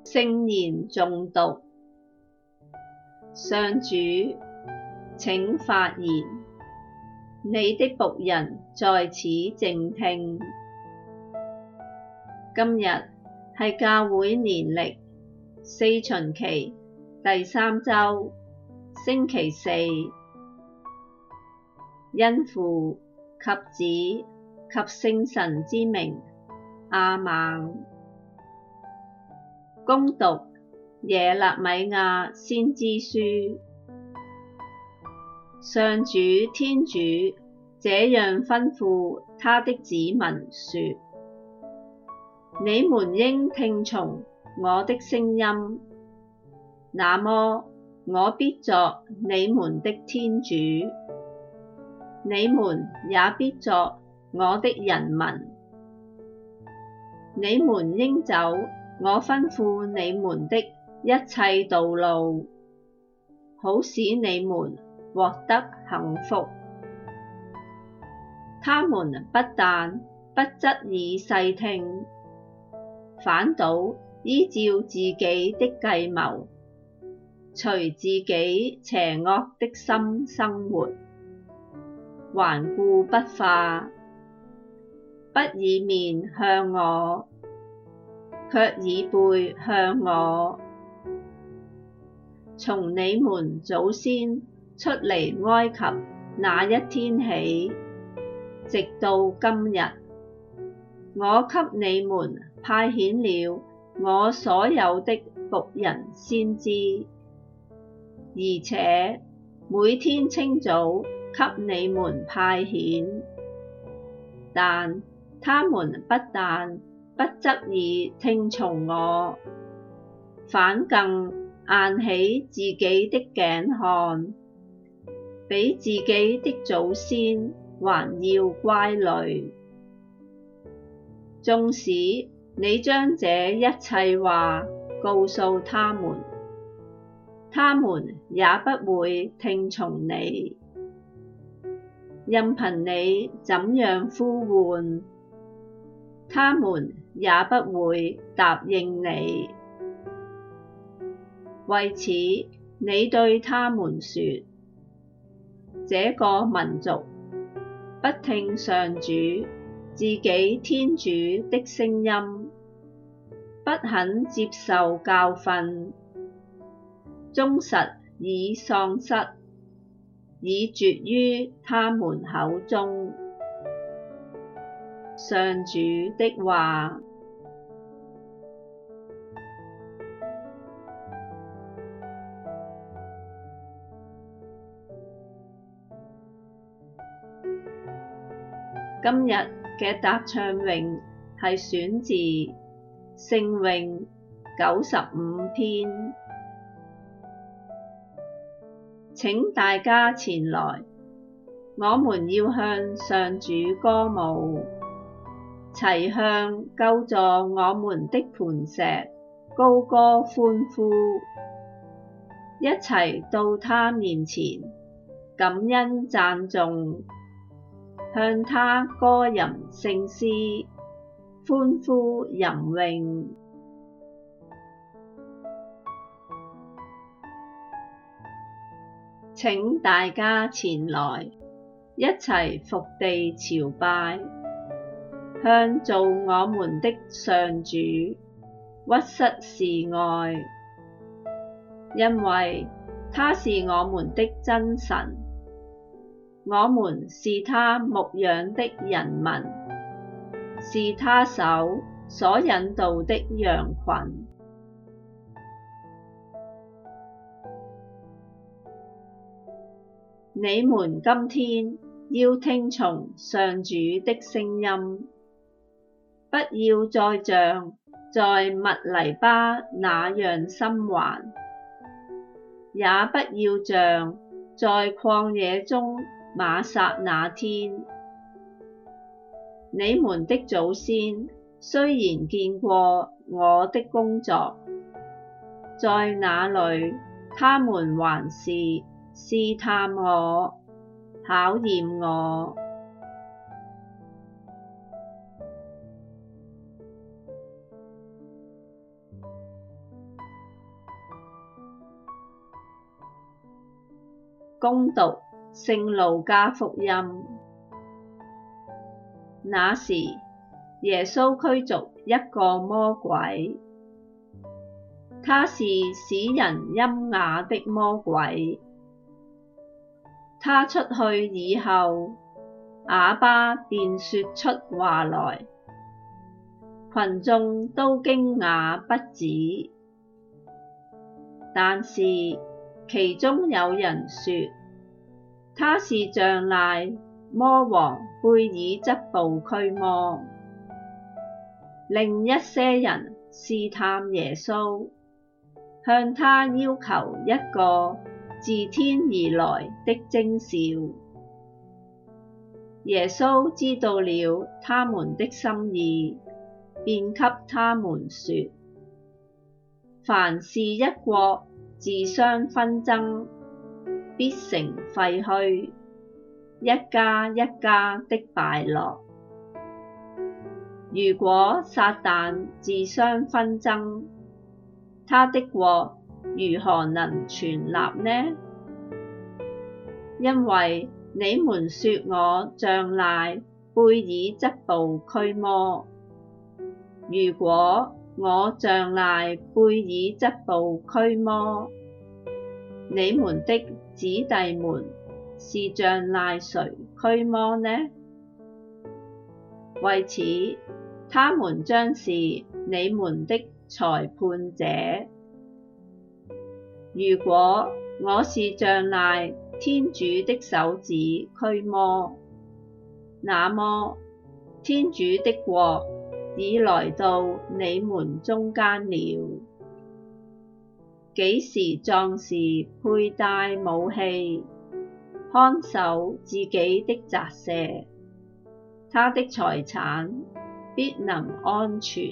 聖言誦讀。上主，請發言，你的僕人在此靜聽。今日係教會年曆四旬期第3週，星期四。因父及子及聖神之名，阿們。恭讀耶肋米亞先知書。上主天主這樣吩咐他的子民說：你們應聽從我的聲音，那麼我必作你們的天主，你們也必作我的人民。你們應走我吩咐你們的一切道路，好使你們獲得幸福。他們不但不側耳細聽，反倒依照自己的計謀，隨自己邪惡的心生活，頑固不化，不以面向我，卻以背向我。從你們祖先出離埃及那一天起，直到今日，我給你們派遣了我所有的僕人先知，而且每天清早給你們派遣，但他們不但不側耳聽從我，反更硬起自己的頸項，比自己的祖先還要乖戾。縱使你將這一切話告訴他們，他們也不會聽從你。任憑你怎樣呼喚，他們也不會答應你。為此，你對他們說：這個民族不聽上主自己天主的聲音，不肯接受教訓，忠實已喪失，已絕於他們口中。上主的話。今日嘅答唱詠係選自聖詠95篇。請大家前來，我們要向上主歌舞，齊向救助我們的磐石高歌歡呼，一齊到他面前，感恩讚頌，向他歌吟聖詩，歡呼吟詠。請大家前來，一齊伏地朝拜，向造我們的上主屈膝示愛，因為他是我們的真神，我們是他牧養的人民，是他手所引導的羊群。你們今天要聽從上主的聲音，不要再像在密黎巴那樣心頑，也不要像在曠野中瑪撒那天。你們的祖先雖然見過我的工作，在那裏他們還是試探我，考驗我。 恭讀聖路加福音。那時，耶穌驅逐一個魔鬼，他是使人瘖啞的魔鬼。他出去以後，啞巴便說出話來，群眾都驚訝不止。但是其中有人說，他是仗賴魔王貝耳則步驅魔。另一些人試探耶穌，向他要求一個自天而來的徵兆。耶穌知道了他們的心意，便給他們說：凡是一國自相紛爭，必成廢墟；一家一家的敗落。如果撒旦自相紛爭，他的國如何能存立呢？因為你們說我仗賴貝耳則步驅魔。如果我仗賴貝耳則步驅魔，你們的子弟們是仗賴誰驅魔呢？為此，他們將是你們的裁判者。如果我是仗賴天主的手指驅魔，那麼天主的國已來到你們中間了。幾時壯士佩戴武器，看守自己的宅舍，他的財產必能安全。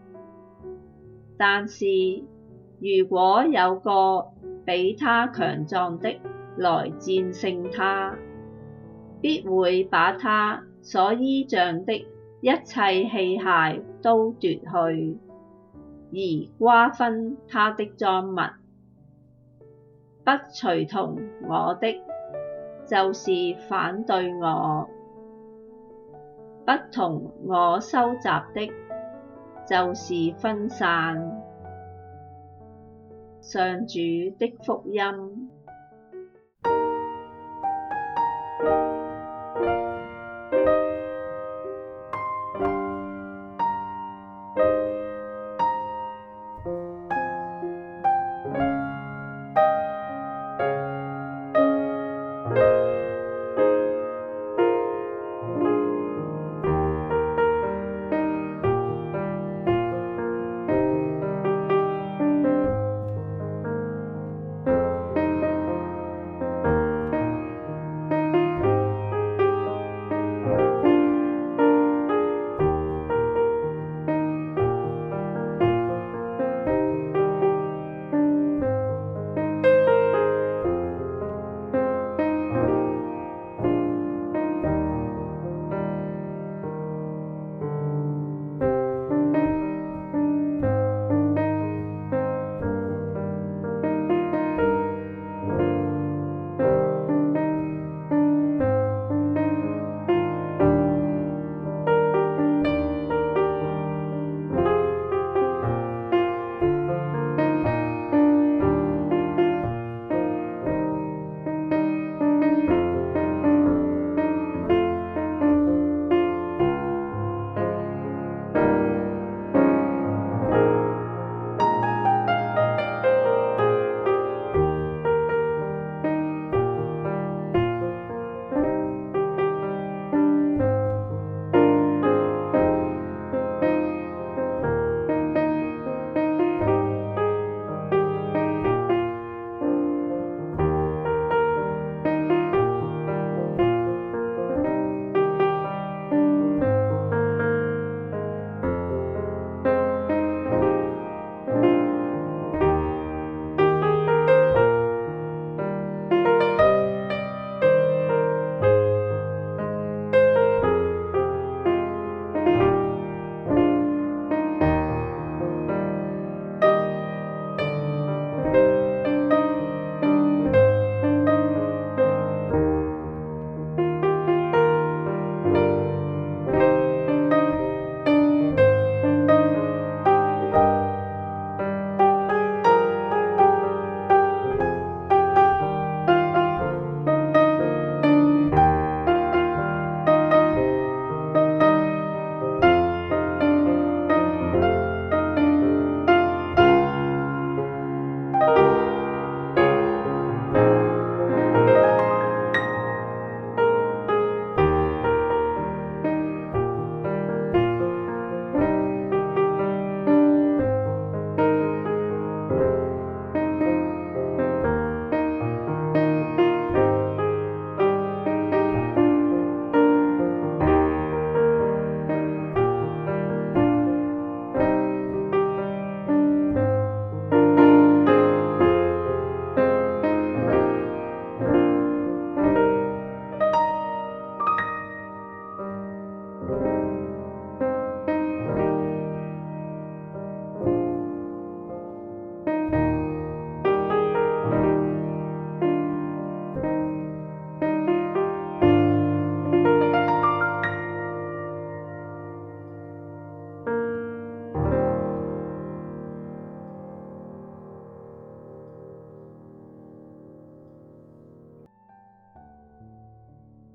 但是，如果有個比他強壯的來戰勝他，必會把他所依仗的一切器械都奪去，而瓜分他的贓物。不隨同我的，就是反對我；不同我收集的，就是分散。上主的福音。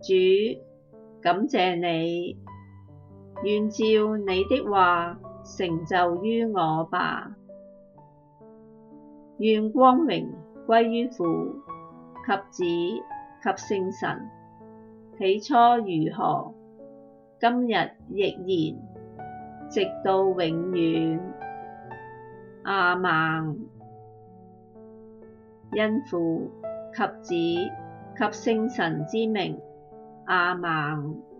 主，感謝你，願照你的話成就於我吧。願光榮歸於父及子及聖神，起初如何，今日亦然，直到永遠。阿們。因父及子及聖神之名。阿們。